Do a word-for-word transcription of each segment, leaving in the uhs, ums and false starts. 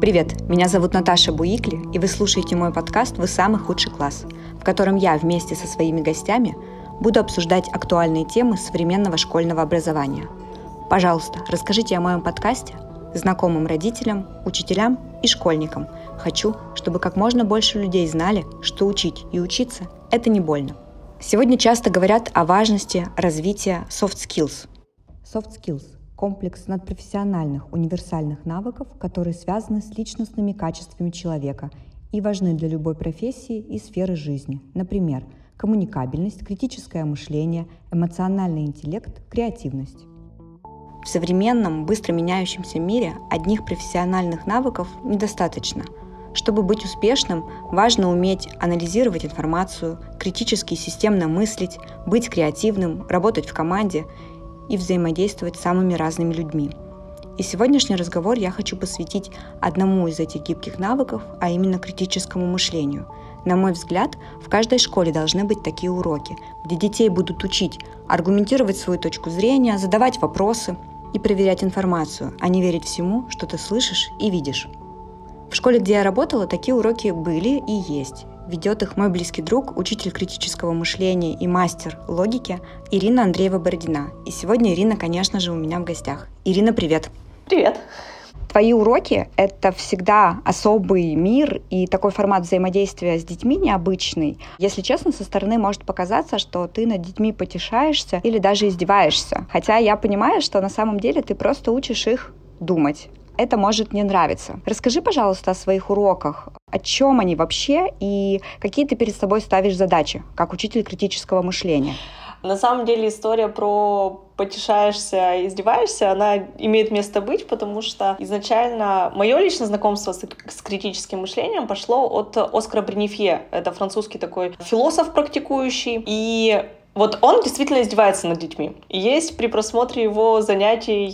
Привет, меня зовут Наташа Буикли, и вы слушаете мой подкаст «Вы самый худший класс», в котором я вместе со своими гостями буду обсуждать актуальные темы современного школьного образования. Пожалуйста, расскажите о моем подкасте знакомым родителям, учителям и школьникам. Хочу, чтобы как можно больше людей знали, что учить и учиться – это не больно. Сегодня часто говорят о важности развития soft skills. Soft skills – комплекс надпрофессиональных универсальных навыков, которые связаны с личностными качествами человека и важны для любой профессии и сферы жизни. Например, коммуникабельность, критическое мышление, эмоциональный интеллект, креативность. В современном, быстро меняющемся мире одних профессиональных навыков недостаточно. Чтобы быть успешным, важно уметь анализировать информацию, критически и системно мыслить, быть креативным, работать в команде и взаимодействовать с самыми разными людьми. И сегодняшний разговор я хочу посвятить одному из этих гибких навыков, а именно критическому мышлению. На мой взгляд, в каждой школе должны быть такие уроки, где детей будут учить аргументировать свою точку зрения, задавать вопросы и проверять информацию, а не верить всему, что ты слышишь и видишь. В школе, где я работала, такие уроки были и есть. Ведет их мой близкий друг, учитель критического мышления и мастер логики Ирина Андреева-Бородина. И сегодня Ирина, конечно же, у меня в гостях. Ирина, привет! Привет! Твои уроки — это всегда особый мир и такой формат взаимодействия с детьми необычный. Если честно, со стороны может показаться, что ты над детьми потешаешься или даже издеваешься. Хотя я понимаю, что на самом деле ты просто учишь их думать. Это может не нравиться. Расскажи, пожалуйста, о своих уроках. О чем они вообще и какие ты перед собой ставишь задачи, как учитель критического мышления? На самом деле история про потешаешься, издеваешься, она имеет место быть, потому что изначально мое личное знакомство с, с критическим мышлением пошло от Оскара Бренефье. Это французский такой философ практикующий. И вот он действительно издевается над детьми. И есть при просмотре его занятий,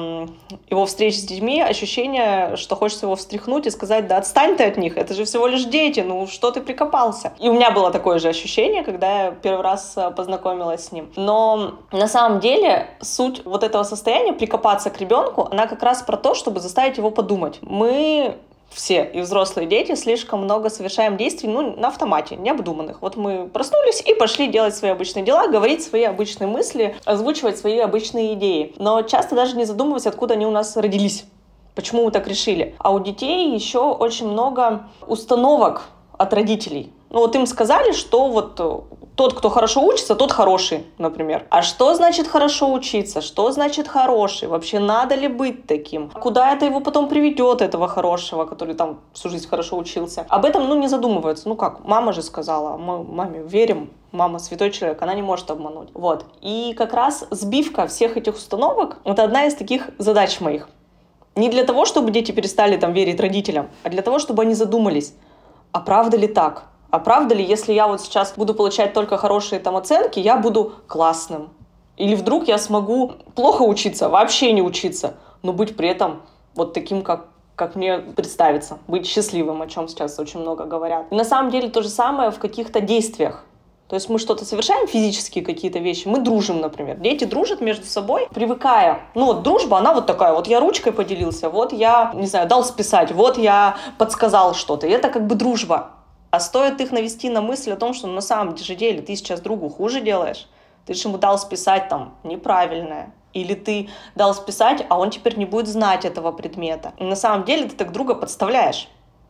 его встреч с детьми ощущение, что хочется его встряхнуть и сказать: да отстань ты от них, это же всего лишь дети, ну что ты прикопался? И у меня было такое же ощущение, когда я первый раз познакомилась с ним. Но на самом деле суть вот этого состояния, прикопаться к ребенку, она как раз про то, чтобы заставить его подумать. Мы... Все, и взрослые дети, слишком много совершаем действий, ну, на автомате, необдуманных. Вот мы проснулись и пошли делать свои обычные дела, говорить свои обычные мысли, озвучивать свои обычные идеи. Но часто даже не задумываясь, откуда они у нас родились, почему мы так решили. А у детей еще очень много установок от родителей. Ну, вот им сказали, что вот тот, кто хорошо учится, тот хороший, например. А что значит хорошо учиться? Что значит хороший? Вообще надо ли быть таким? Куда это его потом приведет, этого хорошего, который там всю жизнь хорошо учился? Об этом, ну, не задумываются. Ну как, мама же сказала, мы маме верим. Мама святой человек, она не может обмануть. Вот. И как раз сбивка всех этих установок — это одна из таких задач моих. Не для того, чтобы дети перестали там верить родителям, а для того, чтобы они задумались, а правда ли так? А правда ли, если я вот сейчас буду получать только хорошие там оценки, я буду классным? Или вдруг я смогу плохо учиться, вообще не учиться, но быть при этом вот таким, как, как мне представится, быть счастливым, о чем сейчас очень много говорят. И на самом деле то же самое в каких-то действиях. То есть мы что-то совершаем, физические какие-то вещи, мы дружим, например. Дети дружат между собой, привыкая. Ну вот дружба, она вот такая, вот я ручкой поделился, вот я, не знаю, дал списать, вот я подсказал что-то. И это как бы дружба. А стоит их навести на мысль о том, что на самом же деле ты сейчас другу хуже делаешь. Ты же ему дал списать там неправильное. Или ты дал списать, а он теперь не будет знать этого предмета. И на самом деле ты так друга подставляешь.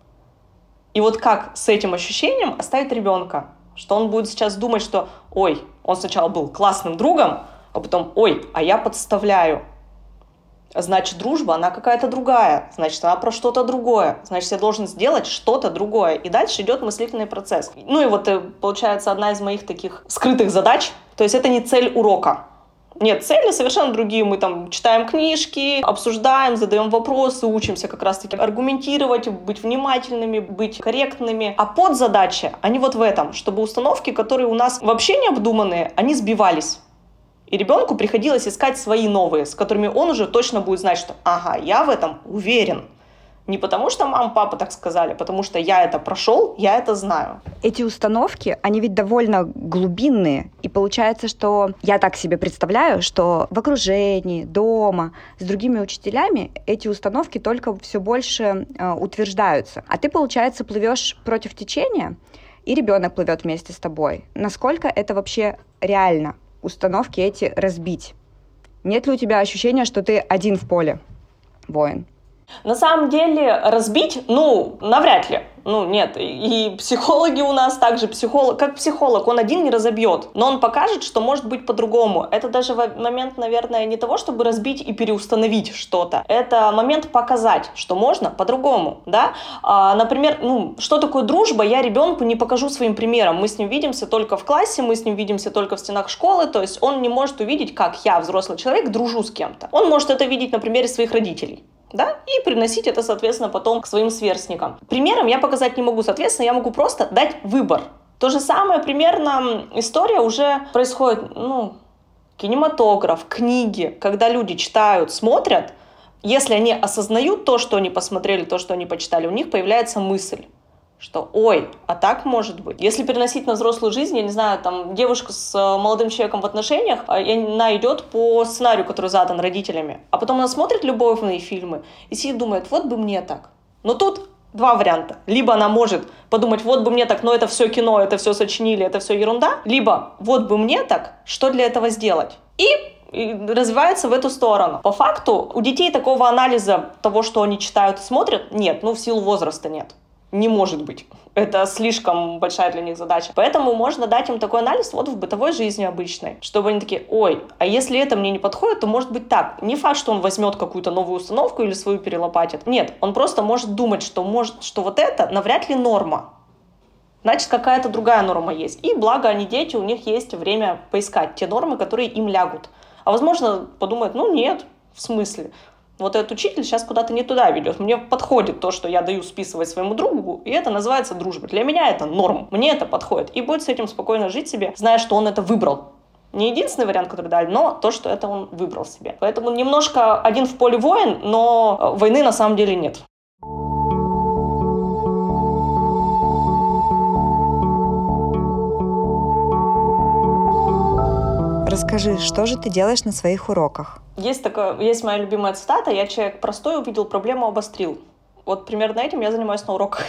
И вот как с этим ощущением оставить ребенка? Что он будет сейчас думать, что ой, он сначала был классным другом, а потом ой, а я подставляю. Значит, дружба, она какая-то другая. Значит, она про что-то другое. Значит, я должен сделать что-то другое. И дальше идет мыслительный процесс. Ну и вот получается одна из моих таких скрытых задач. То есть это не цель урока. Нет, цели совершенно другие. Мы там читаем книжки, обсуждаем, задаем вопросы, учимся как раз-таки аргументировать, быть внимательными, быть корректными. А подзадачи, они вот в этом, чтобы установки, которые у нас вообще необдуманные, они сбивались. И ребенку приходилось искать свои новые, с которыми он уже точно будет знать, что ага, я в этом уверен. Не потому, что мама, папа так сказали, а потому что я это прошел, я это знаю. Эти установки, они ведь довольно глубинные. И получается, что я так себе представляю, что в окружении, дома, с другими учителями эти установки только все больше э, утверждаются. А ты, получается, плывешь против течения, и ребенок плывет вместе с тобой. Насколько это вообще реально, установки эти разбить? Нет ли у тебя ощущения, что ты один в поле, воин? На самом деле разбить, ну, навряд ли. Ну, нет. И психологи у нас также, психолог, как психолог, он один не разобьет, но он покажет, что может быть по-другому. Это даже момент, наверное, не того, чтобы разбить и переустановить что-то. Это момент показать, что можно по-другому, да. А, например, ну, что такое дружба, я ребенку не покажу своим примером. Мы с ним видимся только в классе, мы с ним видимся только в стенах школы, то есть он не может увидеть, как я, взрослый человек, дружу с кем-то. Он может это видеть на примере своих родителей. Да, и приносить это, соответственно, потом к своим сверстникам. Примером я показать не могу, соответственно, я могу просто дать выбор. То же самое примерно история уже происходит, ну, кинематограф, книги, когда люди читают, смотрят, если они осознают то, что они посмотрели, то, что они почитали, у них появляется мысль, что ой, а так может быть. Если переносить на взрослую жизнь, я не знаю, там девушка с молодым человеком в отношениях, и она идет по сценарию, который задан родителями, а потом она смотрит любовные фильмы и сидит думает, вот бы мне так. Но тут два варианта. Либо она может подумать, вот бы мне так, но это все кино, это все сочинили, это все ерунда. Либо вот бы мне так, что для этого сделать? И и развивается в эту сторону. По факту у детей такого анализа того, что они читают и смотрят, нет, ну в силу возраста нет. Не может быть. Это слишком большая для них задача. Поэтому можно дать им такой анализ вот в бытовой жизни обычной, чтобы они такие, ой, а если это мне не подходит, то может быть так. Не факт, что он возьмет какую-то новую установку или свою перелопатит. Нет, он просто может думать, что, может, что вот это навряд ли норма. Значит, какая-то другая норма есть. И благо они дети, у них есть время поискать те нормы, которые им лягут. А возможно, подумают, ну нет, в смысле? Вот этот учитель сейчас куда-то не туда ведет. Мне подходит то, что я даю списывать своему другу, и это называется дружба. Для меня это норм, мне это подходит. И будет с этим спокойно жить себе, зная, что он это выбрал. Не единственный вариант, который дали, но то, что это он выбрал себе. Поэтому немножко один в поле воин, но войны на самом деле нет. Расскажи, что же ты делаешь на своих уроках? Есть такая, есть моя любимая цитата: «Я человек простой, увидел проблему, обострил». Вот примерно этим я занимаюсь на уроках.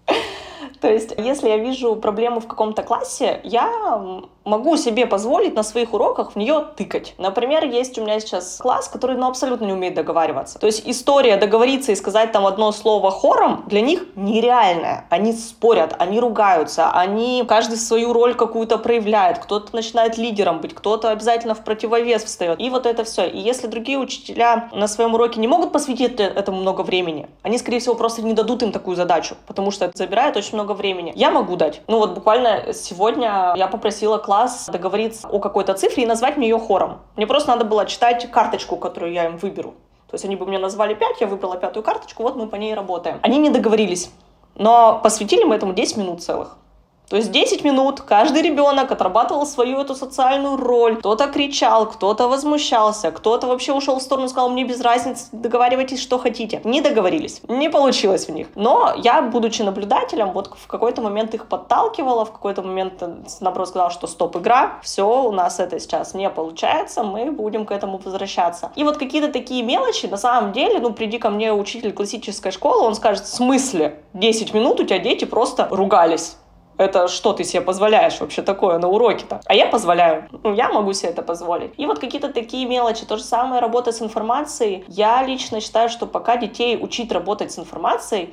То есть, если я вижу проблему в каком-то классе, я могу себе позволить на своих уроках в нее тыкать. Например, есть у меня сейчас класс, который ну, абсолютно не умеет договариваться. То есть история договориться и сказать там одно слово хором для них нереальная. Они спорят, они ругаются, они каждый свою роль какую-то проявляет. Кто-то начинает лидером быть, кто-то обязательно в противовес встает. И вот это все. И если другие учителя на своем уроке не могут посвятить этому много времени, они, скорее всего, просто не дадут им такую задачу, потому что это забирает очень много времени. Я могу дать. Ну вот буквально сегодня я попросила класс договориться о какой-то цифре и назвать мне ее хором. Мне просто надо было читать карточку, которую я им выберу. То есть они бы мне назвали пять, я выбрала пятую карточку, вот мы по ней работаем. Они не договорились, но посвятили мы этому десять минут целых. То есть десять минут каждый ребенок отрабатывал свою эту социальную роль. Кто-то кричал, кто-то возмущался, кто-то вообще ушел в сторону и сказал, мне без разницы, договаривайтесь, что хотите. Не договорились, не получилось у них. Но я, будучи наблюдателем, вот в какой-то момент их подталкивала, в какой-то момент, наоборот, сказала, что стоп, игра, все, у нас это сейчас не получается, мы будем к этому возвращаться. И вот какие-то такие мелочи, на самом деле, ну, приди ко мне учитель классической школы, он скажет, в смысле, десять минут у тебя дети просто ругались. Это что ты себе позволяешь вообще такое на уроке-то? А я позволяю. Ну, я могу себе это позволить. И вот какие-то такие мелочи. То же самое работа с информацией. Я лично считаю, что пока детей учить работать с информацией,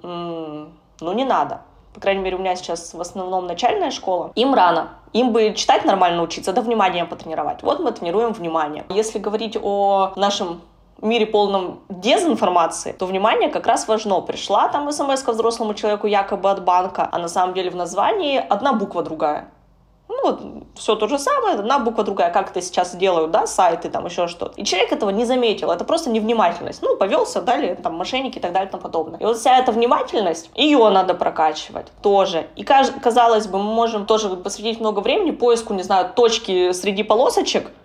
м- ну, не надо. По крайней мере, у меня сейчас в основном начальная школа. Им рано. Им бы читать нормально учиться, да внимание потренировать. Вот мы тренируем внимание. Если говорить о нашем мире полном дезинформации, то внимание как раз важно. Пришла там смс-ка взрослому человеку якобы от банка, а на самом деле в названии одна буква другая. Ну вот, все то же самое, одна буква другая, как это сейчас делают, да, сайты, там еще что-то. И человек этого не заметил, это просто невнимательность. Ну, повелся, далее, там, мошенники и так далее и тому подобное. И вот вся эта внимательность, ее надо прокачивать тоже. И, казалось бы, мы можем тоже посвятить много времени поиску, не знаю, точки среди полосочек,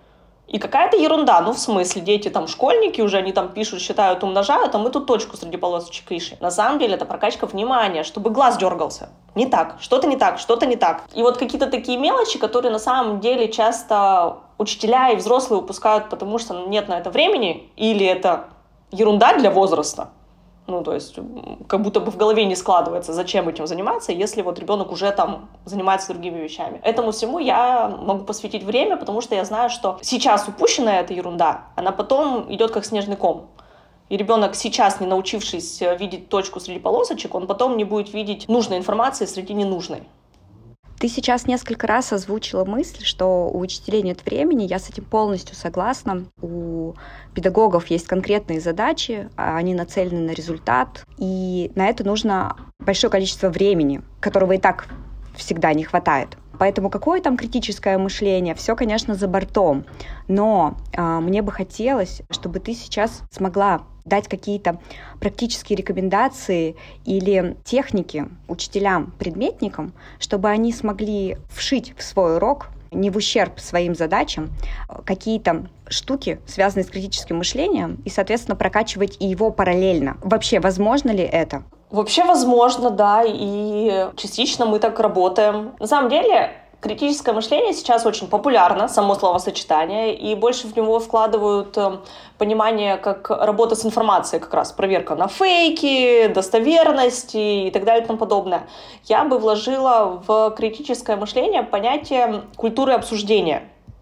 И какая-то ерунда, ну в смысле, дети там школьники уже, они там пишут, считают, умножают, а мы тут точку среди полосочек ищем. На самом деле это прокачка внимания, чтобы глаз дергался. Не так, что-то не так, что-то не так. И вот какие-то такие мелочи, которые на самом деле часто учителя и взрослые упускают, потому что нет на это времени, или это ерунда для возраста. Ну, то есть, как будто бы в голове не складывается, зачем этим заниматься, если вот ребенок уже там занимается другими вещами. Этому всему я могу посвятить время, потому что я знаю, что сейчас упущенная эта ерунда, она потом идет как снежный ком. И ребенок сейчас, не научившись видеть точку среди полосочек, он потом не будет видеть нужной информации среди ненужной. Ты сейчас несколько раз озвучила мысль, что у учителей нет времени. Я с этим полностью согласна. У педагогов есть конкретные задачи, они нацелены на результат, и на это нужно большое количество времени, которого и так всегда не хватает. Поэтому какое там критическое мышление? Все, конечно, за бортом. Но э, мне бы хотелось, чтобы ты сейчас смогла дать какие-то практические рекомендации или техники учителям, предметникам, чтобы они смогли вшить в свой урок, не в ущерб своим задачам, какие-то штуки, связанные с критическим мышлением, и, соответственно, прокачивать и его параллельно. Вообще, возможно ли это? Вообще возможно, да, и частично мы так работаем. На самом деле, критическое мышление сейчас очень популярно, само словосочетание, и больше в него вкладывают понимание как работа с информацией, как раз проверка на фейки, достоверности и так далее и тому подобное. Я бы вложила в критическое мышление понятие культуры обсуждения.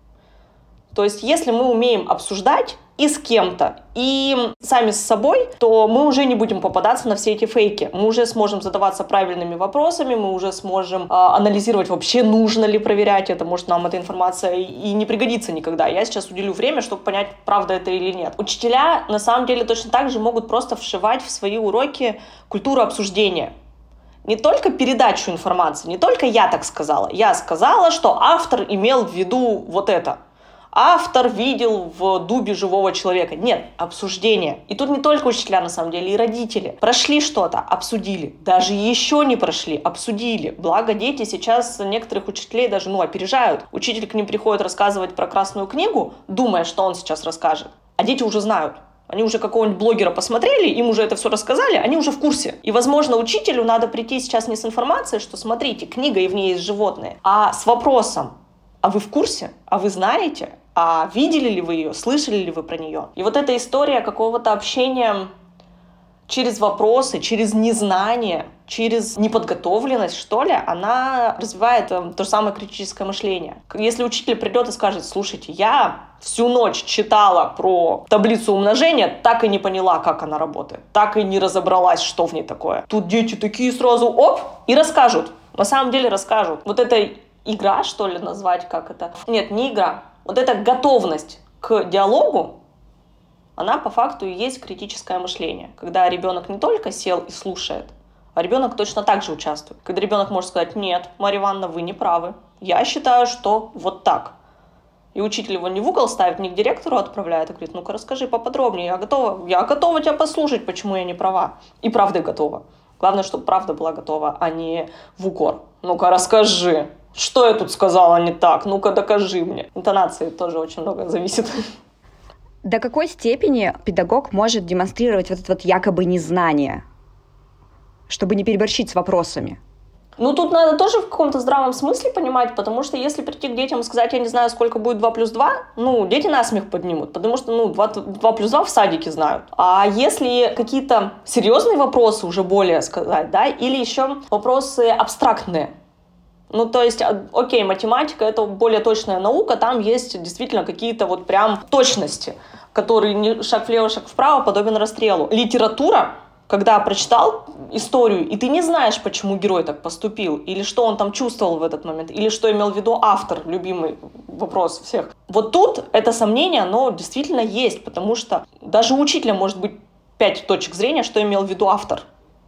То есть если мы умеем обсуждать и с кем-то, и сами с собой, то мы уже не будем попадаться на все эти фейки. Мы уже сможем задаваться правильными вопросами, мы уже сможем э, анализировать, вообще нужно ли проверять это, может, нам эта информация и не пригодится никогда. Я сейчас уделю время, чтобы понять, правда это или нет. Учителя, на самом деле, точно так же могут просто вшивать в свои уроки культуру обсуждения. Не только передачу информации, не только я так сказала. Я сказала, что автор имел в виду вот это. Автор видел в дубе живого человека. Нет, обсуждение. И тут не только учителя, на самом деле, и родители. Прошли что-то, обсудили. Даже еще не прошли, обсудили. Благо, дети сейчас некоторых учителей даже ну, опережают. Учитель к ним приходит рассказывать про Красную книгу, думая, что он сейчас расскажет. А дети уже знают. Они уже какого-нибудь блогера посмотрели, им уже это все рассказали, они уже в курсе. И, возможно, учителю надо прийти сейчас не с информацией, что, смотрите, книга и в ней есть животные, а с вопросом: а вы в курсе? А вы знаете? А видели ли вы ее? Слышали ли вы про нее? И вот эта история какого-то общения через вопросы, через незнание, через неподготовленность, что ли, она развивает э, то же самое критическое мышление. Если учитель придет и скажет: слушайте, я всю ночь читала про таблицу умножения, так и не поняла, как она работает, так и не разобралась, что в ней такое. Тут дети такие сразу оп, и расскажут. На самом деле расскажут. Вот эта игра, что ли, назвать, как это? Нет, не игра. Вот эта готовность к диалогу, она по факту и есть критическое мышление. Когда ребенок не только сел и слушает, а ребенок точно так же участвует. Когда ребенок может сказать: нет, Марья Ивановна, вы не правы. Я считаю, что вот так. И учитель его не в угол ставит, не к директору отправляет, а говорит: ну-ка расскажи поподробнее, я готова, я готова тебя послушать, почему я не права. И правда готова. Главное, чтобы правда была готова, а не в укор. Ну-ка расскажи. Что я тут сказала не так? Ну-ка докажи мне. Интонации тоже очень много зависит. До какой степени педагог может демонстрировать вот это вот якобы незнание, чтобы не переборщить с вопросами? Ну, тут надо тоже в каком-то здравом смысле понимать, потому что если прийти к детям и сказать: я не знаю, сколько будет два плюс два, ну, дети насмех поднимут, потому что, ну, два плюс два в садике знают. А если какие-то серьезные вопросы уже более сказать, да, или еще вопросы абстрактные, ну, то есть, окей, математика — это более точная наука, там есть действительно какие-то вот прям точности, которые не шаг влево, шаг вправо подобен расстрелу. Литература, когда прочитал историю, и ты не знаешь, почему герой так поступил, или что он там чувствовал в этот момент, или что имел в виду автор, любимый вопрос всех. Вот тут это сомнение, оно действительно есть, потому что даже у учителя может быть пять точек зрения, что имел в виду автор.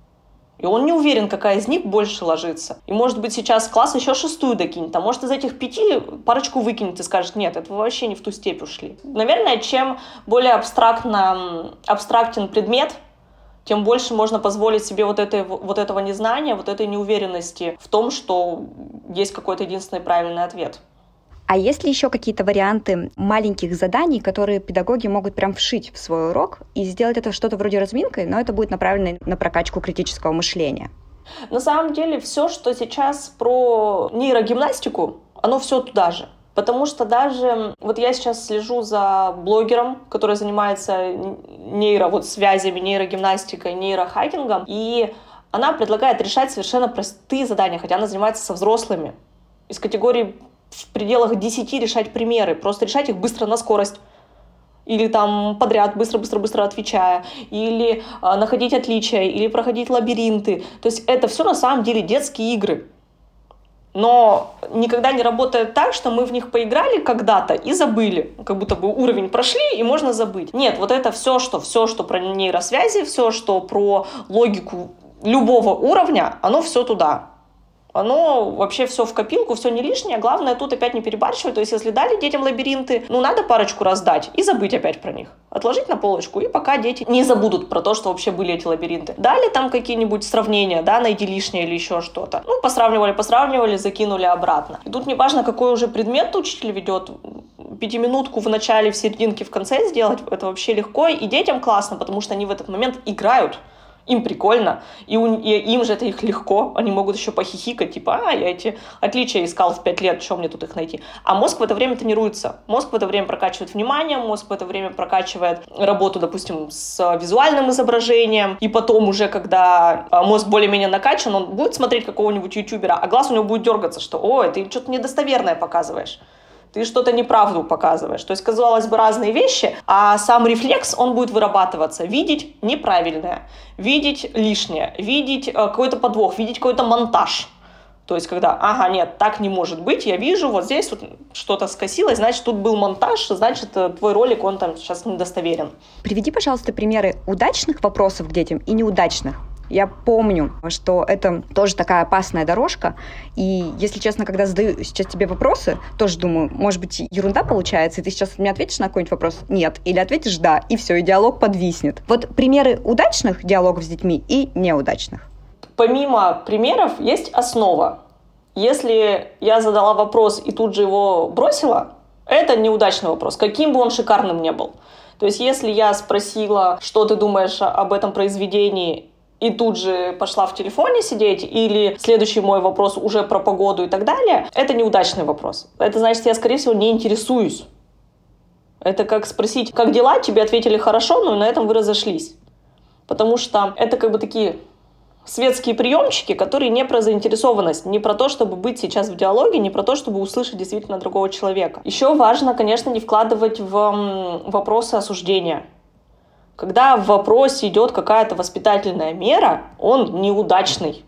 И он не уверен, какая из них больше ложится. И, может быть, сейчас класс еще шестую докинет, а может, из этих пяти парочку выкинет и скажет: нет, это вы вообще не в ту степь ушли. Наверное, чем более абстрактно, абстрактен предмет, тем больше можно позволить себе вот, этой, вот этого незнания, вот этой неуверенности в том, что есть какой-то единственный правильный ответ. А есть ли еще какие-то варианты маленьких заданий, которые педагоги могут прям вшить в свой урок и сделать это что-то вроде разминкой, но это будет направлено на прокачку критического мышления? На самом деле все, что сейчас про нейрогимнастику, оно все туда же. Потому что даже вот я сейчас слежу за блогером, который занимается нейро, вот, связями, нейрогимнастикой, нейрохакингом, и она предлагает решать совершенно простые задания, хотя она занимается со взрослыми. Из категории в пределах десяти решать примеры, просто решать их быстро на скорость. Или там подряд, быстро-быстро-быстро отвечая, или э, находить отличия, или проходить лабиринты. То есть это все на самом деле детские игры. Но никогда не работает так, что мы в них поиграли когда-то и забыли. Как будто бы уровень прошли, и можно забыть. Нет, вот это все, что, все, что про нейросвязи, все, что про логику любого уровня, оно все туда. Оно вообще все в копилку, все не лишнее. Главное тут опять не перебарщивать. То есть если дали детям лабиринты, ну надо парочку раз дать и забыть опять про них. Отложить на полочку, и пока дети не забудут про то, что вообще были эти лабиринты. Дали там какие-нибудь сравнения, да, найди лишнее или еще что-то. Ну, посравнивали, посравнивали, закинули обратно. И тут не важно, какой уже предмет учитель ведет. Пятиминутку в начале, в серединке, в конце сделать, это вообще легко. И детям классно, потому что они в этот момент играют. Им прикольно, и, у, и им же это их легко, они могут еще похихикать, типа, а, я эти отличия искал в пять лет, что мне тут их найти? А мозг в это время тренируется, мозг в это время прокачивает внимание, мозг в это время прокачивает работу, допустим, с визуальным изображением, и потом уже, когда мозг более-менее накачан, он будет смотреть какого-нибудь ютубера, а глаз у него будет дергаться, что, ой, ты что-то недостоверное показываешь. Ты что-то неправду показываешь. То есть, казалось бы, разные вещи, а сам рефлекс, он будет вырабатываться. Видеть неправильное, видеть лишнее, видеть э, какой-то подвох, видеть какой-то монтаж. То есть, когда, ага, нет, так не может быть, я вижу, вот здесь вот что-то скосилось, значит, тут был монтаж, значит, твой ролик, он там сейчас недостоверен. Приведи, пожалуйста, примеры удачных вопросов к детям и неудачных. Я помню, что это тоже такая опасная дорожка, и, если честно, когда задаю сейчас тебе вопросы, тоже думаю, может быть, ерунда получается, и ты сейчас от меня ответишь на какой-нибудь вопрос? Нет. Или ответишь «да», и все, и диалог подвиснет. Вот примеры удачных диалогов с детьми и неудачных. Помимо примеров есть основа. Если я задала вопрос и тут же его бросила, это неудачный вопрос, каким бы он шикарным ни был. То есть, если я спросила, что ты думаешь об этом произведении, и тут же пошла в телефоне сидеть, или следующий мой вопрос уже про погоду и так далее, это неудачный вопрос. Это значит, я, скорее всего, не интересуюсь. Это как спросить, как дела, тебе ответили хорошо, но на этом вы разошлись. Потому что это как бы такие светские приемчики, которые не про заинтересованность, не про то, чтобы быть сейчас в диалоге, не про то, чтобы услышать действительно другого человека. Еще важно, конечно, не вкладывать в вопросы осуждения. Когда в вопросе идет какая-то воспитательная мера, он неудачный.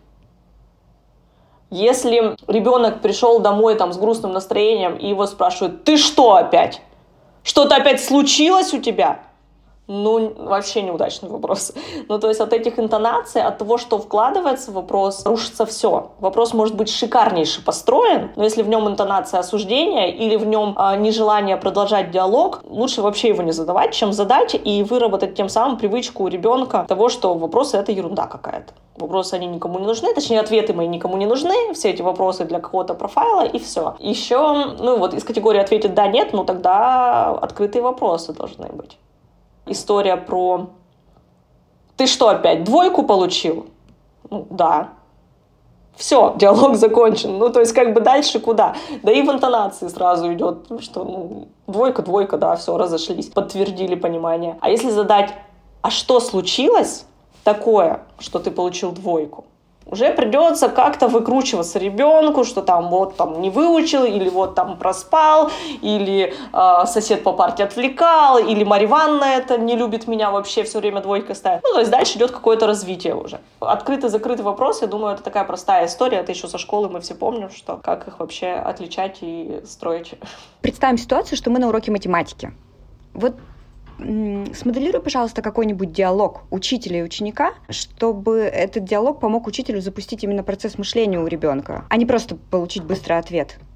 Если ребенок пришел домой там, с грустным настроением, и его спрашивают: «Ты что опять? Что-то опять случилось у тебя?» Ну, вообще неудачный вопрос. Ну, то есть от этих интонаций, от того, что вкладывается в вопрос, рушится все. Вопрос может быть шикарнейше построен, но если в нем интонация осуждения или в нем а, нежелание продолжать диалог, лучше вообще его не задавать, чем задать и выработать тем самым привычку у ребенка того, что вопросы — это ерунда какая-то. Вопросы, они никому не нужны, точнее, ответы мои никому не нужны, все эти вопросы для какого-то профайла, и все. Еще, ну вот из категории «ответить да, нет», ну тогда открытые вопросы должны быть. История про «ты что, опять двойку получил?» Ну, да. Все, диалог закончен. Ну, то есть, как бы дальше куда? Да и в интонации сразу идет, что ну, двойка, двойка, да, все, разошлись, подтвердили понимание. А если задать «а что случилось такое, что ты получил двойку?» Уже придется как-то выкручиваться ребенку, что там вот там не выучил, или вот там проспал, или э, сосед по парте отвлекал, или Марья Ивановна это не любит меня вообще, все время двойкой ставит. Ну, то есть дальше идет какое-то развитие уже. Открытый-закрытый вопрос, я думаю, это такая простая история, это еще со школы мы все помним, что как их вообще отличать и строить. Представим ситуацию, что мы на уроке математики. Вот смоделируй, пожалуйста, какой-нибудь диалог учителя и ученика, чтобы этот диалог помог учителю запустить именно процесс мышления у ребенка, а не просто получить быстрый ответ.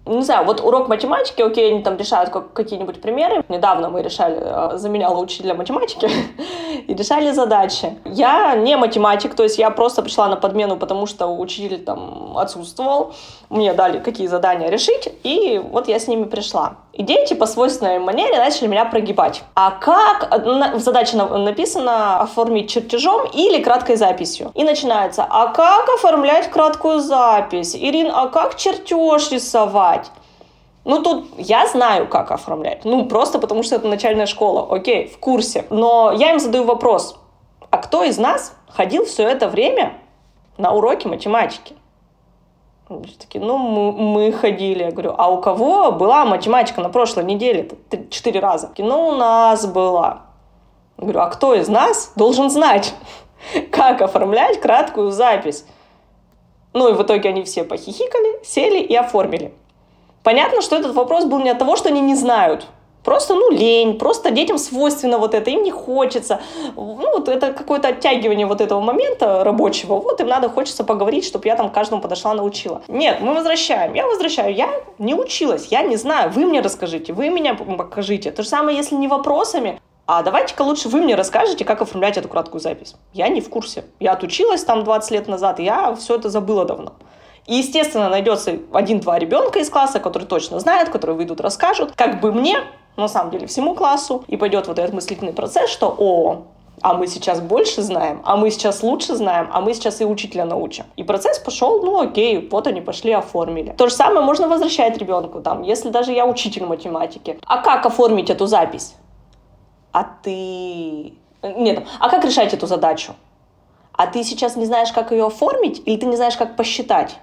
Не знаю, вот урок математики, окей, они там решают какие-нибудь примеры. Недавно мы решали, заменяла учителя математики и решали задачи. Я не математик, то есть я просто пришла на подмену, потому что учитель там отсутствовал. Мне дали какие задания решить, и вот я с ними пришла. И дети по свойственной манере начали меня прогибать. А как? В задаче написано оформить чертежом или краткой записью. И начинается, а как оформлять краткую запись? Ирин, а как чертеж рисовать? Ну, тут я знаю, как оформлять. Ну, просто потому что это начальная школа. Окей, в курсе. Но я им задаю вопрос. А кто из нас ходил все это время на уроки математики? Они такие, ну, мы, мы ходили. Я говорю, а у кого была математика на прошлой неделе? Четыре раза. Ну, у нас была. Я говорю, а кто из нас должен знать, как оформлять краткую запись? Ну, и в итоге они все похихикали, сели и оформили. Понятно, что этот вопрос был не от того, что они не знают. Просто, ну, лень, просто детям свойственно вот это, им не хочется. Ну, вот это какое-то оттягивание вот этого момента рабочего. Вот им надо, хочется поговорить, чтобы я там каждому подошла, научила. Нет, мы возвращаем. Я возвращаю. Я не училась, я не знаю. Вы мне расскажите, вы меня покажите. То же самое, если не вопросами. А давайте-ка лучше вы мне расскажете, как оформлять эту краткую запись. Я не в курсе. Я отучилась там двадцать лет назад, и я все это забыла давно. И, естественно, найдется один-два ребенка из класса, которые точно знают, которые выйдут, расскажут, как бы мне, на самом деле, всему классу, и пойдет вот этот мыслительный процесс, что «О, а мы сейчас больше знаем, а мы сейчас лучше знаем, а мы сейчас и учителя научим». И процесс пошел, ну окей, вот они пошли, оформили. То же самое можно возвращать ребенку, там, если даже я учитель математики. А как оформить эту запись? А ты... Нет, а как решать эту задачу? А ты сейчас не знаешь, как ее оформить, или ты не знаешь, как посчитать?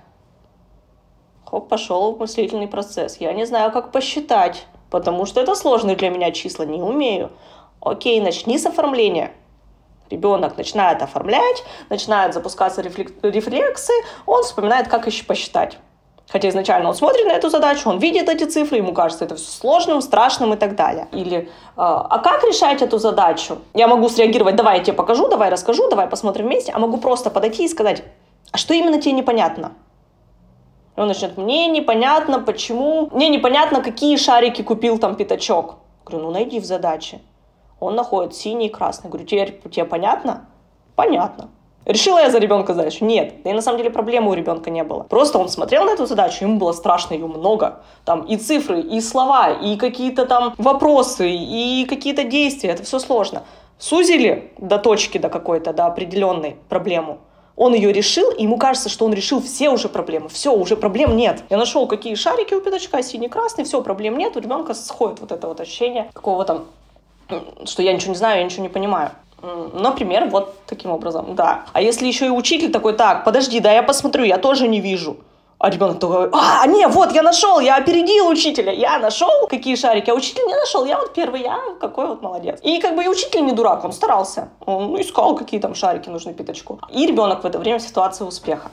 Хоп, пошел мыслительный процесс. Я не знаю, как посчитать, потому что это сложные для меня числа, не умею. Окей, начни с оформления. Ребенок начинает оформлять, начинают запускаться рефлексы, он вспоминает, как еще посчитать. Хотя изначально он смотрит на эту задачу, он видит эти цифры, ему кажется это все сложным, страшным и так далее. Или, а как решать эту задачу? Я могу среагировать, давай я тебе покажу, давай расскажу, давай посмотрим вместе, а могу просто подойти и сказать, а что именно тебе непонятно? И он начнет, мне непонятно, почему, мне непонятно, какие шарики купил там пятачок. Говорю, ну найди в задаче. Он находит синий и красный. Говорю, теперь тебе понятно? Понятно. Решила я за ребенка задачу? Нет. Да и на самом деле проблемы у ребенка не было. Просто он смотрел на эту задачу, ему было страшно, ее много. Там и цифры, и слова, и какие-то там вопросы, и какие-то действия. Это все сложно. Сузили до точки, до какой-то, до определенной проблему. Он ее решил, и ему кажется, что он решил все уже проблемы. Все, уже проблем нет. Я нашел, какие шарики у пятачка, синий, красный, все, проблем нет. У ребенка сходит вот это вот ощущение какого-то, что я ничего не знаю, я ничего не понимаю. Например, вот таким образом, да. А если еще и учитель такой, так, подожди, да я посмотрю, я тоже не вижу. А ребенок такой, а, не, вот, я нашел, я опередил учителя, я нашел, какие шарики, а учитель не нашел, я вот первый, я какой вот молодец. И как бы и учитель не дурак, он старался, он искал, какие там шарики нужны пятачку. И ребенок в это время в ситуации успеха.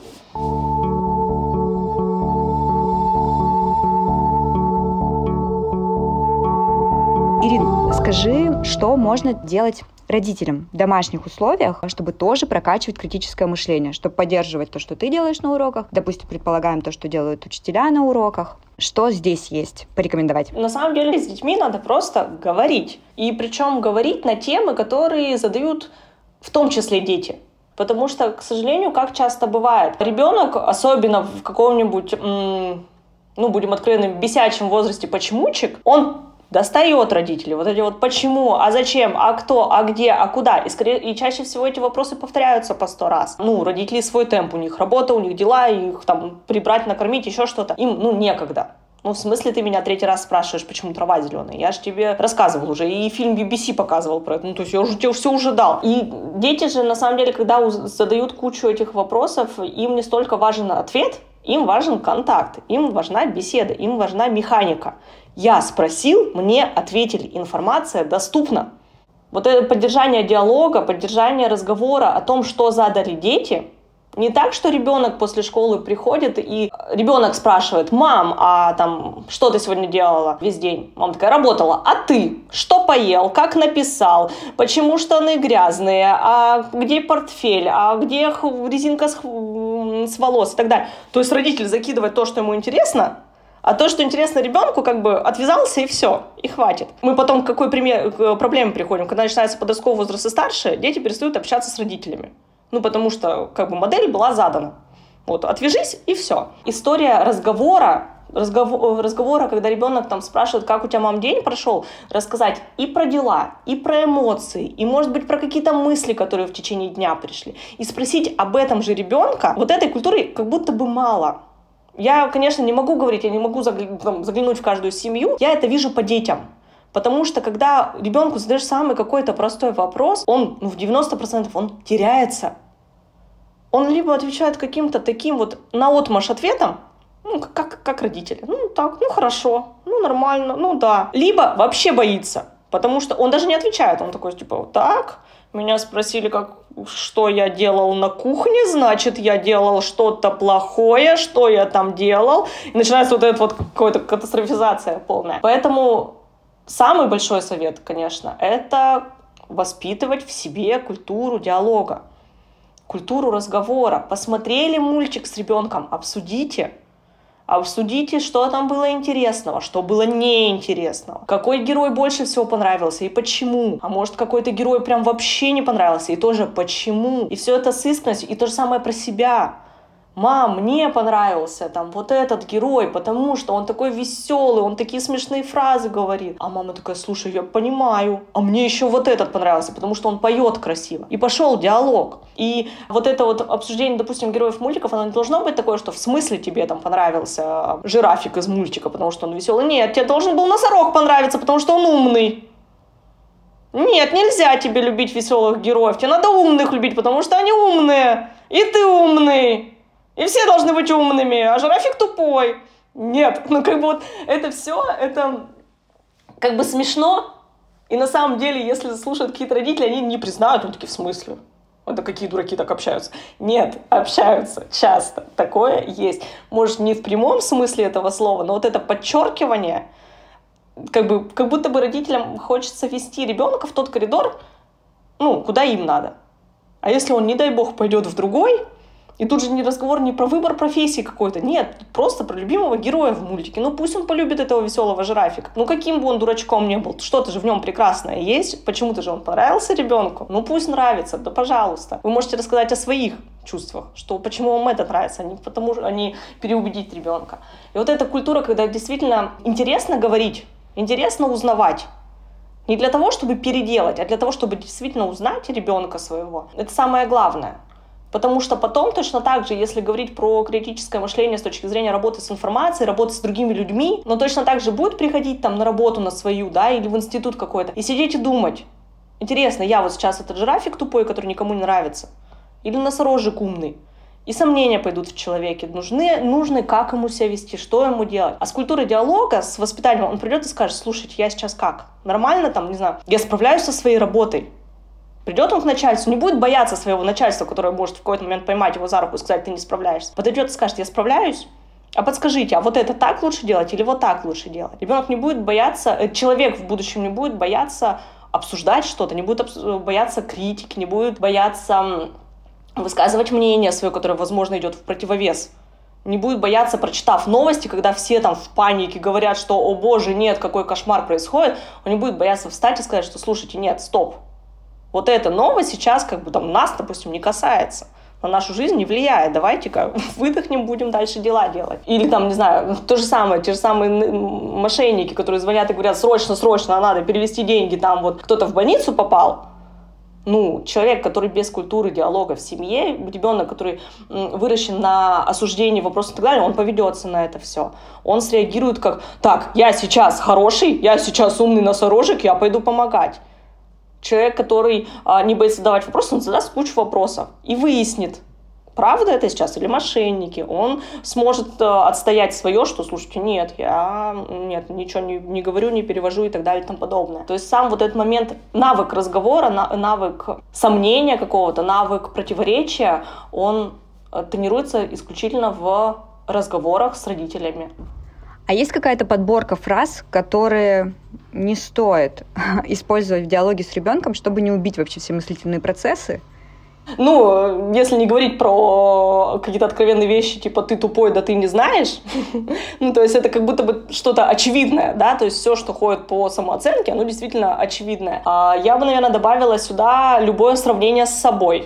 Ирин, скажи, что можно делать родителям в домашних условиях, чтобы тоже прокачивать критическое мышление, чтобы поддерживать то, что ты делаешь на уроках, допустим, предполагаем то, что делают учителя на уроках. Что здесь есть порекомендовать? На самом деле с детьми надо просто говорить. И причем говорить на темы, которые задают в том числе дети. Потому что, к сожалению, как часто бывает, ребенок, особенно в каком-нибудь, м- ну, будем откровенными, бесячем возрасте почемучек, он достает родителей. Вот эти вот почему, а зачем, а кто, а где, а куда. И, скорее, и чаще всего эти вопросы повторяются по сто раз. Ну, родители свой темп, у них работа, у них дела, их там прибрать, накормить, еще что-то. Им, ну, некогда. Ну, в смысле, ты меня третий раз спрашиваешь, почему трава зеленая? Я же тебе рассказывал уже, и фильм би би си показывал про это. Ну, то есть я уже тебе все уже дал. И дети же, на самом деле, когда задают кучу этих вопросов, им не столько важен ответ, им важен контакт, им важна беседа, им важна механика. Я спросил, мне ответили, информация доступна. Вот это поддержание диалога, поддержание разговора о том, что задали дети, не так, что ребенок после школы приходит и ребенок спрашивает, мам, а там, что ты сегодня делала весь день? Мама такая, работала. А ты? Что поел? Как написал? Почему штаны грязные? А где портфель? А где резинка с, с волос? И так далее. То есть родитель закидывает то, что ему интересно, А то, что интересно ребенку, как бы отвязался и все, и хватит. Мы потом к какой пример, к проблеме приходим? Когда начинается подростковый возраст и старше, дети перестают общаться с родителями. Ну, потому что как бы модель была задана. Вот, отвяжись и все. История разговора, разговор, разговора, когда ребенок там спрашивает, как у тебя, мам, день прошел, рассказать и про дела, и про эмоции, и, может быть, про какие-то мысли, которые в течение дня пришли. И спросить об этом же ребенка, вот этой культуры как будто бы мало. Я, конечно, не могу говорить, я не могу заглянуть в каждую семью, я это вижу по детям. Потому что, когда ребенку задаешь самый какой-то простой вопрос, он, ну, в девяносто процентов он теряется. Он либо отвечает каким-то таким вот наотмашь ответом, ну, как, как родители. Ну, так, ну, хорошо, ну, нормально, ну, да. Либо вообще боится, потому что он даже не отвечает. Он такой, типа, так, меня спросили, как, что я делал на кухне, значит, я делал что-то плохое, что я там делал. И начинается вот эта вот какая-то катастрофизация полная. Поэтому самый большой совет, конечно, это воспитывать в себе культуру диалога, культуру разговора. Посмотрели мультик с ребенком, обсудите. Обсудите, что там было интересного, что было неинтересного. Какой герой больше всего понравился и почему. А может, какой-то герой прям вообще не понравился и тоже почему. И все это с искренностью. И то же самое про себя. Мам, мне понравился там вот этот герой, потому что он такой веселый, он такие смешные фразы говорит. А мама такая, слушай, я понимаю, а мне еще вот этот понравился, потому что он поет красиво. И пошел диалог. И вот это вот обсуждение, допустим, героев мультиков, оно не должно быть такое, что в смысле тебе там понравился жирафик из мультика, потому что он веселый. Нет, тебе должен был носорог понравиться, потому что он умный. Нет, нельзя тебе любить веселых героев, тебе надо умных любить, потому что они умные, и ты умный. И все должны быть умными, а жирафик тупой. Нет, ну как бы вот это все, это как бы смешно. И на самом деле, если слушают какие-то родители, они не признают, они такие, в смысле? Это какие дураки так общаются? Нет, общаются часто. Такое есть. Может, не в прямом смысле этого слова, но вот это подчеркивание, как бы, как будто бы родителям хочется вести ребенка в тот коридор, ну, куда им надо. А если он, не дай бог, пойдет в другой, и тут же не разговор не про выбор профессии какой-то, нет, просто про любимого героя в мультике. Ну пусть он полюбит этого веселого жирафика. Ну каким бы он дурачком ни был, что-то же в нем прекрасное есть, почему-то же он понравился ребенку. Ну пусть нравится, да пожалуйста. Вы можете рассказать о своих чувствах, что почему вам это нравится, а не потому что они переубедить ребенка. И вот эта культура, когда действительно интересно говорить, интересно узнавать. Не для того, чтобы переделать, а для того, чтобы действительно узнать ребенка своего. Это самое главное. Потому что потом точно так же, если говорить про критическое мышление с точки зрения работы с информацией, работы с другими людьми, но точно так же будет приходить там на работу на свою, да, или в институт какой-то, и сидеть и думать. Интересно, я вот сейчас этот жирафик тупой, который никому не нравится, или носорожик умный. И сомнения пойдут в человеке. Нужны, нужны, как ему себя вести, что ему делать. А с культурой диалога, с воспитанием, он придет и скажет, слушайте, я сейчас как? Нормально там, не знаю, я справляюсь со своей работой. Придет он к начальству, не будет бояться своего начальства, которое может в какой-то момент поймать его за руку и сказать, ты не справляешься. Подойдет и скажет, я справляюсь, а подскажите, а вот это так лучше делать или вот так лучше делать? Ребенок не будет бояться, человек в будущем не будет бояться обсуждать что-то, не будет бояться критики, не будет бояться высказывать мнение свое, которое, возможно, идет в противовес. Не будет бояться, прочитав новости, когда все там в панике говорят, что, о боже, нет, какой кошмар происходит, он не будет бояться встать и сказать, что, слушайте, нет, стоп. Вот эта новость сейчас как бы там нас, допустим, не касается, на нашу жизнь не влияет. Давайте-ка выдохнем, будем дальше дела делать. Или там, не знаю, то же самое, те же самые мошенники, которые звонят и говорят, срочно, срочно, надо перевести деньги, там вот кто-то в больницу попал. Ну, человек, который без культуры диалога в семье, ребенок, который выращен на осуждении вопросов и так далее, он поведется на это все. Он среагирует как, так, я сейчас хороший, я сейчас умный носорожек, я пойду помогать. Человек, который а, не боится задавать вопросы, он задаст кучу вопросов и выяснит, правда это сейчас или мошенники. Он сможет а, отстоять свое, что, слушайте, нет, я нет, ничего не, не говорю, не перевожу и так далее и тому подобное. То есть сам вот этот момент, навык разговора, навык сомнения какого-то, навык противоречия, он тренируется исключительно в разговорах с родителями. А есть какая-то подборка фраз, которые не стоит использовать в диалоге с ребенком, чтобы не убить вообще все мыслительные процессы Ну, если не говорить про какие-то откровенные вещи, типа «ты тупой, да ты не знаешь», ну, то есть это как будто бы что-то очевидное, да, то есть все, что ходит по самооценке, оно действительно очевидное. А я бы, наверное, добавила сюда любое сравнение с собой.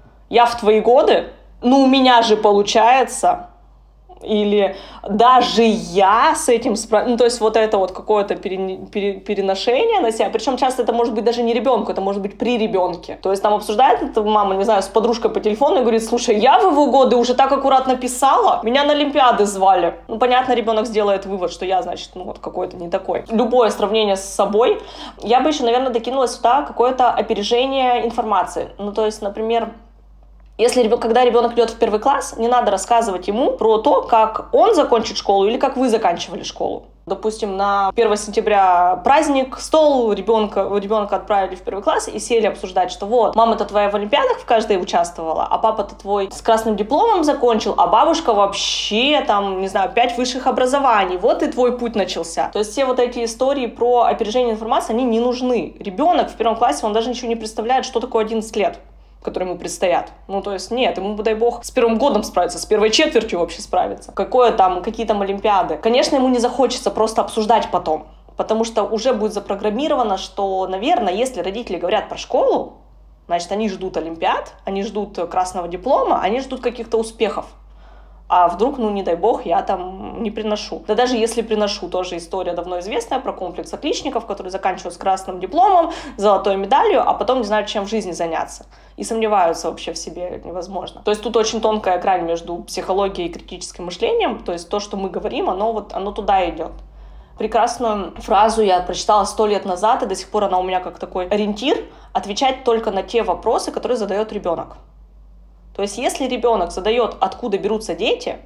Я в твои годы, ну, у меня же получается... Или даже я с этим справляюсь. Ну, то есть вот это вот какое-то пере, пере, переношение на себя. Причем часто это может быть даже не ребенку, это может быть при ребенке. То есть там обсуждает это мама, не знаю, с подружкой по телефону и говорит: слушай, я в его годы уже так аккуратно писала, меня на Олимпиады звали. Ну, понятно, ребенок сделает вывод, что я, значит, ну вот какой-то не такой. Любое сравнение с собой. Я бы еще, наверное, докинула сюда какое-то опережение информации. Ну, то есть, например, Если ребенок, когда ребенок идет в первый класс, не надо рассказывать ему про то, как он закончит школу или как вы заканчивали школу. Допустим, на первое сентября праздник, стол, ребенка, ребенка отправили в первый класс и сели обсуждать, что вот, мама-то твоя в олимпиадах в каждой участвовала, а папа-то твой с красным дипломом закончил, а бабушка вообще, там, не знаю, пять высших образований, вот и твой путь начался. То есть все вот эти истории про опережение информации, они не нужны. Ребенок в первом классе, он даже ничего не представляет, что такое одиннадцать лет. Которые ему предстоят. Ну, то есть, нет, ему, дай бог, с первым годом справиться, с первой четвертью вообще справиться. Какое там, какие там олимпиады. Конечно, ему не захочется просто обсуждать потом, потому что уже будет запрограммировано, что, наверное, если родители говорят про школу, значит, они ждут олимпиад, они ждут красного диплома, они ждут каких-то успехов. А вдруг, ну, не дай бог, я там не приношу. Да даже если приношу, тоже история давно известная про комплекс отличников, которые заканчивают с красным дипломом, золотой медалью, а потом не знают, чем в жизни заняться. И сомневаются вообще в себе невозможно. То есть тут очень тонкая грань между психологией и критическим мышлением. То есть то, что мы говорим, оно, вот, оно туда идет. Прекрасную фразу я прочитала сто лет назад, и до сих пор она у меня как такой ориентир: отвечать только на те вопросы, которые задает ребенок. То есть, если ребенок задает, откуда берутся дети,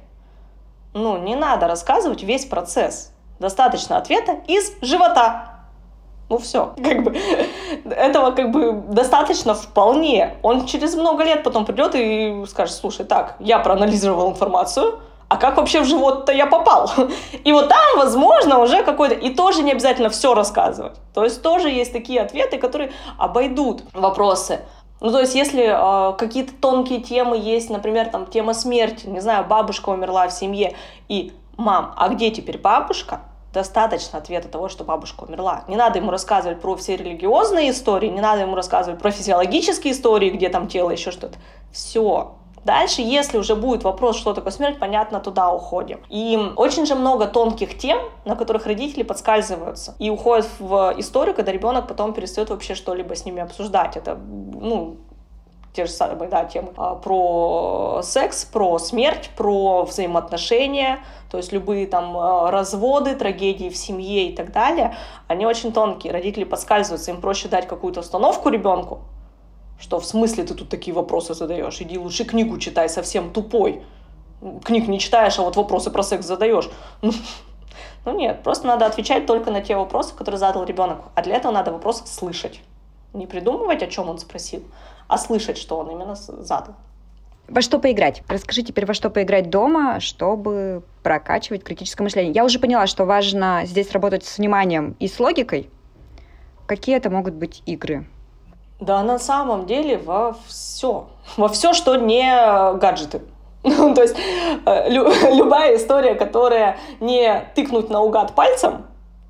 ну, не надо рассказывать весь процесс. Достаточно ответа из живота. Ну, все. Как бы, этого как бы достаточно вполне. Он через много лет потом придет и скажет: слушай, так, я проанализировал информацию, а как вообще в живот-то я попал? И вот там, возможно, уже какой-то... И тоже не обязательно все рассказывать. То есть, тоже есть такие ответы, которые обойдут вопросы. Ну, то есть, если э, какие-то тонкие темы есть, например, там, тема смерти, не знаю, бабушка умерла в семье, и «мам, а где теперь бабушка?» Достаточно ответа того, что бабушка умерла. Не надо ему рассказывать про все религиозные истории, не надо ему рассказывать про физиологические истории, где там тело, еще что-то. Все. Дальше, если уже будет вопрос, что такое смерть, понятно, туда уходим. И очень же много тонких тем, на которых родители подскальзываются и уходят в историю, когда ребенок потом перестает вообще что-либо с ними обсуждать. Это, ну, те же самые, да, темы про секс, про смерть, про взаимоотношения, то есть любые там разводы, трагедии в семье и так далее, они очень тонкие. Родители подскальзываются, им проще дать какую-то установку ребенку, что в смысле ты тут такие вопросы задаешь? Иди лучше книгу читай, совсем тупой. Книг не читаешь, а вот вопросы про секс задаешь. Ну, ну нет, просто надо отвечать только на те вопросы, которые задал ребенок. А для этого надо вопрос слышать. Не придумывать, о чем он спросил, а слышать, что он именно задал. Во что поиграть? Расскажи теперь, во что поиграть дома, чтобы прокачивать критическое мышление. Я уже поняла, что важно здесь работать с вниманием и с логикой. Какие это могут быть игры? Да, на самом деле во все. Во все, что не гаджеты. Ну, то есть лю- любая история, которая не тыкнуть наугад пальцем,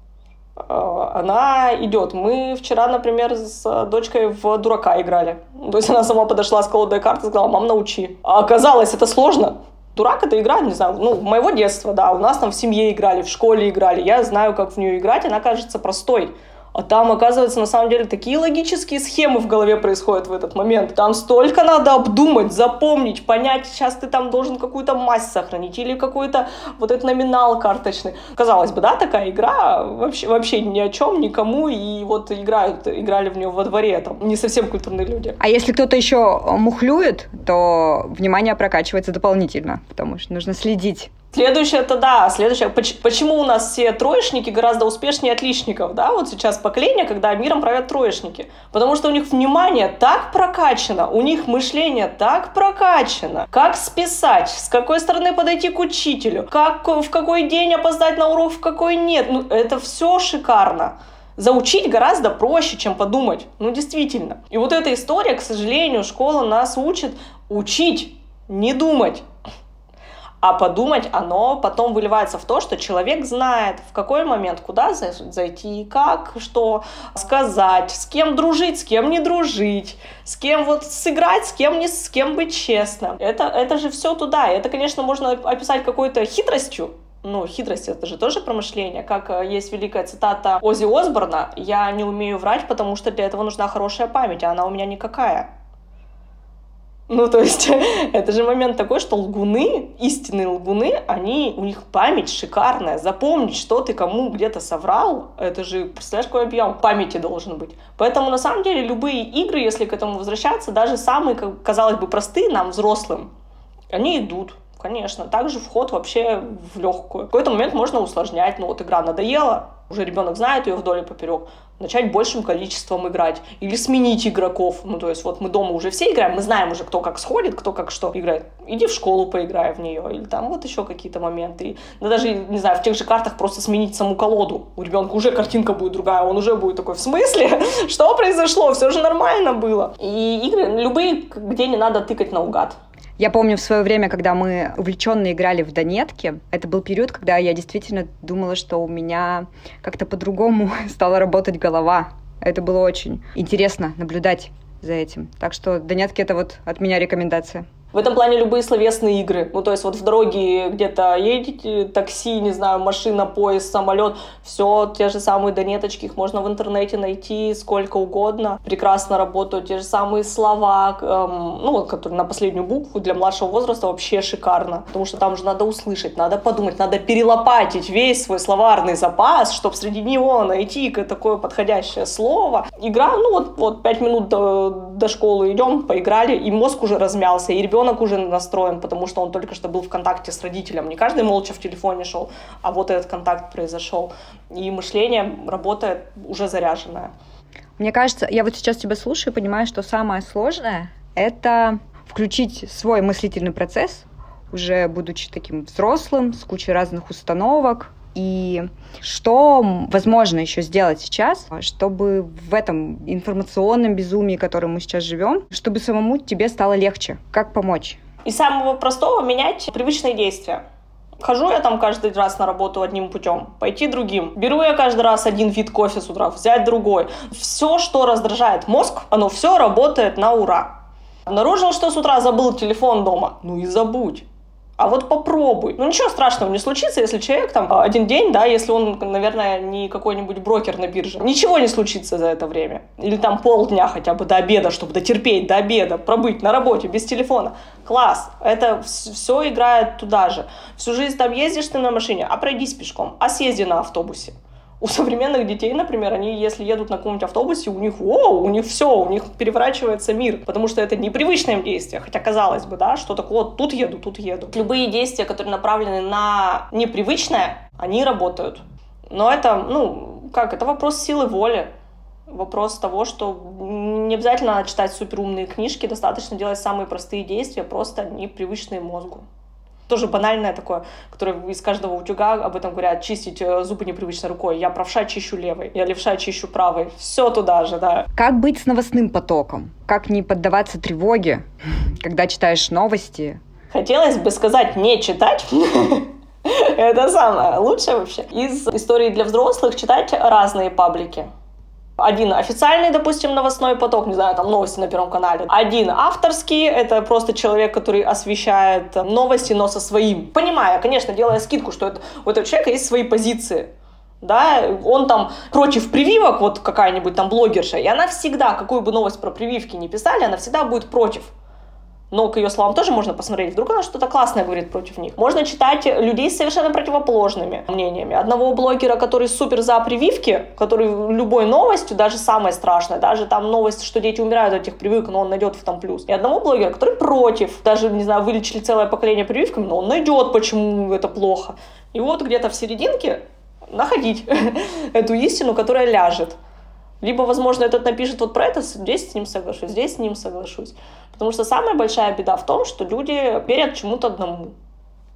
она идет. Мы вчера, например, с дочкой в дурака играли. То есть она сама подошла с колодой карт и сказала: мам, научи. А оказалось, это сложно. Дурак — это игра, не знаю, ну, моего детства, да. У нас там в семье играли, в школе играли. Я знаю, как в нее играть, она кажется простой. А там, оказывается, на самом деле такие логические схемы в голове происходят в этот момент. Там столько надо обдумать, запомнить, понять, сейчас ты там должен какую-то мазь сохранить или какой-то вот этот номинал карточный. Казалось бы, да, такая игра вообще, вообще ни о чем, никому, и вот играют, играли в нее во дворе, там, не совсем культурные люди. А если кто-то еще мухлюет, то внимание прокачивается дополнительно, потому что нужно следить. Следующее, это да, следующее. Почему у нас все троечники гораздо успешнее отличников, да, вот сейчас поколение, когда миром правят троечники. Потому что у них внимание так прокачано, у них мышление так прокачано. Как списать, с какой стороны подойти к учителю, как, в какой день опоздать на урок, в какой нет. Ну, это все шикарно. Заучить гораздо проще, чем подумать. Ну, действительно. И вот эта история, к сожалению, школа нас учит учить, не думать. А подумать, оно потом выливается в то, что человек знает, в какой момент, куда зайти, как, что сказать, с кем дружить, с кем не дружить, с кем вот сыграть, с кем не, с кем быть честным. Это, это же все туда. И это, конечно, можно описать какой-то хитростью. Ну, хитрость — это же тоже про мышление. Как есть великая цитата Оззи Осборна: «Я не умею врать, потому что для этого нужна хорошая память, а она у меня никакая». Ну, то есть, это же момент такой, что лгуны, истинные лгуны, они, у них память шикарная. Запомнить, что ты кому где-то соврал, это же, представляешь, какой объем памяти должен быть. Поэтому, на самом деле, любые игры, если к этому возвращаться, даже самые, казалось бы, простые нам, взрослым, они идут. Конечно, также вход вообще в легкую. В какой-то момент можно усложнять. Ну вот игра надоела, уже ребенок знает ее вдоль и поперек. Начать большим количеством играть. Или сменить игроков. Ну то есть вот мы дома уже все играем, мы знаем уже, кто как сходит, кто как что играет. Иди в школу поиграй в нее. Или там вот еще какие-то моменты. Да даже, не знаю, в тех же картах просто сменить саму колоду. У ребенка уже картинка будет другая, он уже будет такой: в смысле? Что произошло? Все же нормально было. И игры любые, где не надо тыкать наугад. Я помню в свое время, когда мы увлеченно играли в Донетки, это был период, когда я действительно думала, что у меня как-то по-другому стала работать голова. Это было очень интересно наблюдать за этим. Так что Донетки — это вот от меня рекомендация. В этом плане любые словесные игры. Ну, то есть вот в дороге где-то едете, такси, не знаю, машина, поезд, самолет, все, те же самые донеточки, их можно в интернете найти сколько угодно. Прекрасно работают те же самые слова, эм, ну, которые на последнюю букву для младшего возраста вообще шикарно. Потому что там же надо услышать, надо подумать, надо перелопатить весь свой словарный запас, чтобы среди него найти такое подходящее слово. Игра, ну, вот, вот пять минут до, до школы идем, поиграли, и мозг уже размялся, и ребенок уже настроен, потому что он только что был в контакте с родителем. Не каждый молча в телефоне шел, а вот этот контакт произошел. И мышление работает уже заряженное. Мне кажется, я вот сейчас тебя слушаю и понимаю, что самое сложное — это включить свой мыслительный процесс, уже будучи таким взрослым, с кучей разных установок. И что возможно еще сделать сейчас, чтобы в этом информационном безумии, в котором мы сейчас живем, чтобы самому тебе стало легче? Как помочь? Из самого простого — менять привычные действия. Хожу я там каждый раз на работу одним путем, пойти другим. Беру я каждый раз один вид кофе с утра, взять другой. Все, что раздражает мозг, оно все работает на ура. Обнаружил, что с утра забыл телефон дома? Ну и забудь. А вот попробуй. Ну, ничего страшного не случится, если человек там один день, да, если он, наверное, не какой-нибудь брокер на бирже. Ничего не случится за это время. Или там полдня хотя бы до обеда, чтобы дотерпеть до обеда, пробыть на работе без телефона. Класс. Это все играет туда же. Всю жизнь там ездишь ты на машине, а пройдись пешком, а съезди на автобусе. У современных детей, например, они, если едут на каком-нибудь автобусе, у них, воу, у них все, у них переворачивается мир, потому что это непривычное им действие, хотя казалось бы, да, что такое, вот тут еду, тут еду. Любые действия, которые направлены на непривычное, они работают. Но это, ну, как, это вопрос силы воли, вопрос того, что не обязательно читать суперумные книжки, достаточно делать самые простые действия, просто непривычные мозгу. Тоже банальное такое, которое из каждого утюга об этом говорят: чистить зубы непривычной рукой. Я правша чищу левой, я левша чищу правой. Все туда же, да. Как быть с новостным потоком? Как не поддаваться тревоге, когда читаешь новости? Хотелось бы сказать не читать. Это самое лучшее вообще. Из истории для взрослых читать разные паблики. Один официальный, допустим, новостной поток, не знаю, там новости на Первом канале. Один авторский, это просто человек, который освещает новости, но со своим. Понимая, конечно, делая скидку, что это, у этого человека есть свои позиции. Да, он там против прививок, вот какая-нибудь там блогерша, и она всегда, какую бы новость про прививки ни писали, она всегда будет против. Но к ее словам тоже можно посмотреть. Вдруг она что-то классное говорит против них. Можно читать людей с совершенно противоположными мнениями. Одного блогера, который супер за прививки, который любой новостью, даже самой страшной, даже там новость, что дети умирают от этих прививок, но он найдет в там плюс. И одного блогера, который против. Даже, не знаю, вылечили целое поколение прививками, но он найдет, почему это плохо. И вот где-то в серединке находить эту истину, которая ляжет. Либо, возможно, этот напишет вот про это, здесь с ним соглашусь, здесь с ним соглашусь. Потому что самая большая беда в том, что люди верят чему-то одному.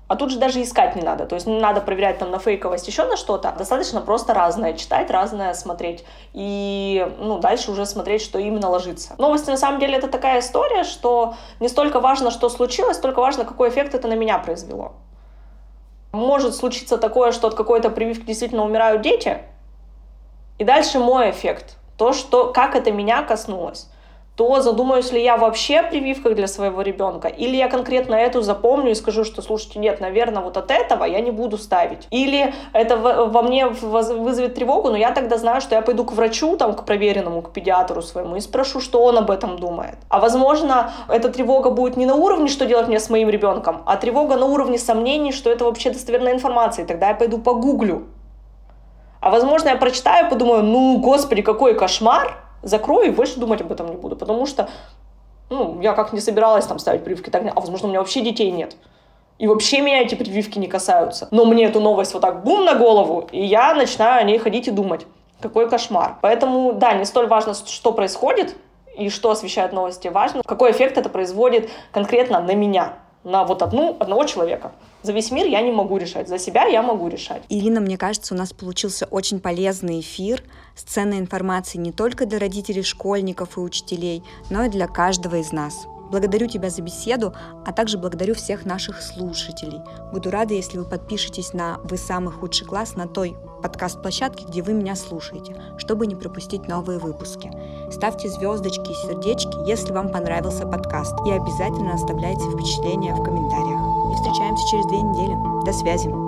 А тут же даже искать не надо. То есть не надо проверять там на фейковость, еще на что-то. Достаточно просто разное читать, разное смотреть. И ну, дальше уже смотреть, что именно ложится. Новости, на самом деле, это такая история, что не столько важно, что случилось, столько важно, какой эффект это на меня произвело. Может случиться такое, что от какой-то прививки действительно умирают дети, и дальше мой эффект. То, что, как это меня коснулось. То задумаюсь ли я вообще о прививках для своего ребенка, или я конкретно эту запомню и скажу, что, слушайте, нет, наверное, вот от этого я не буду ставить. Или это во мне вызовет тревогу, но я тогда знаю, что я пойду к врачу, там, к проверенному, к педиатру своему и спрошу, что он об этом думает. А возможно, эта тревога будет не на уровне, что делать мне с моим ребенком, а тревога на уровне сомнений, что это вообще достоверная информация, и тогда я пойду погуглю. А возможно, я прочитаю и подумаю, ну, господи, какой кошмар, закрою и больше думать об этом не буду, потому что, ну, я как не собиралась там ставить прививки, так, а возможно, у меня вообще детей нет. И вообще меня эти прививки не касаются. Но мне эту новость вот так бум на голову, и я начинаю о ней ходить и думать. Какой кошмар. Поэтому, да, не столь важно, что происходит и что освещают новости. Важно, какой эффект это производит конкретно на меня, на вот одну, одного человека. За весь мир я не могу решать, за себя я могу решать. Ирина, мне кажется, у нас получился очень полезный эфир с ценной информацией не только для родителей, школьников и учителей, но и для каждого из нас. Благодарю тебя за беседу, а также благодарю всех наших слушателей. Буду рада, если вы подпишетесь на «Вы самый худший класс» на той подкаст-площадке, где вы меня слушаете, чтобы не пропустить новые выпуски. Ставьте звездочки и сердечки, если вам понравился подкаст, и обязательно оставляйте впечатления в комментариях. И встречаемся через две недели. До связи!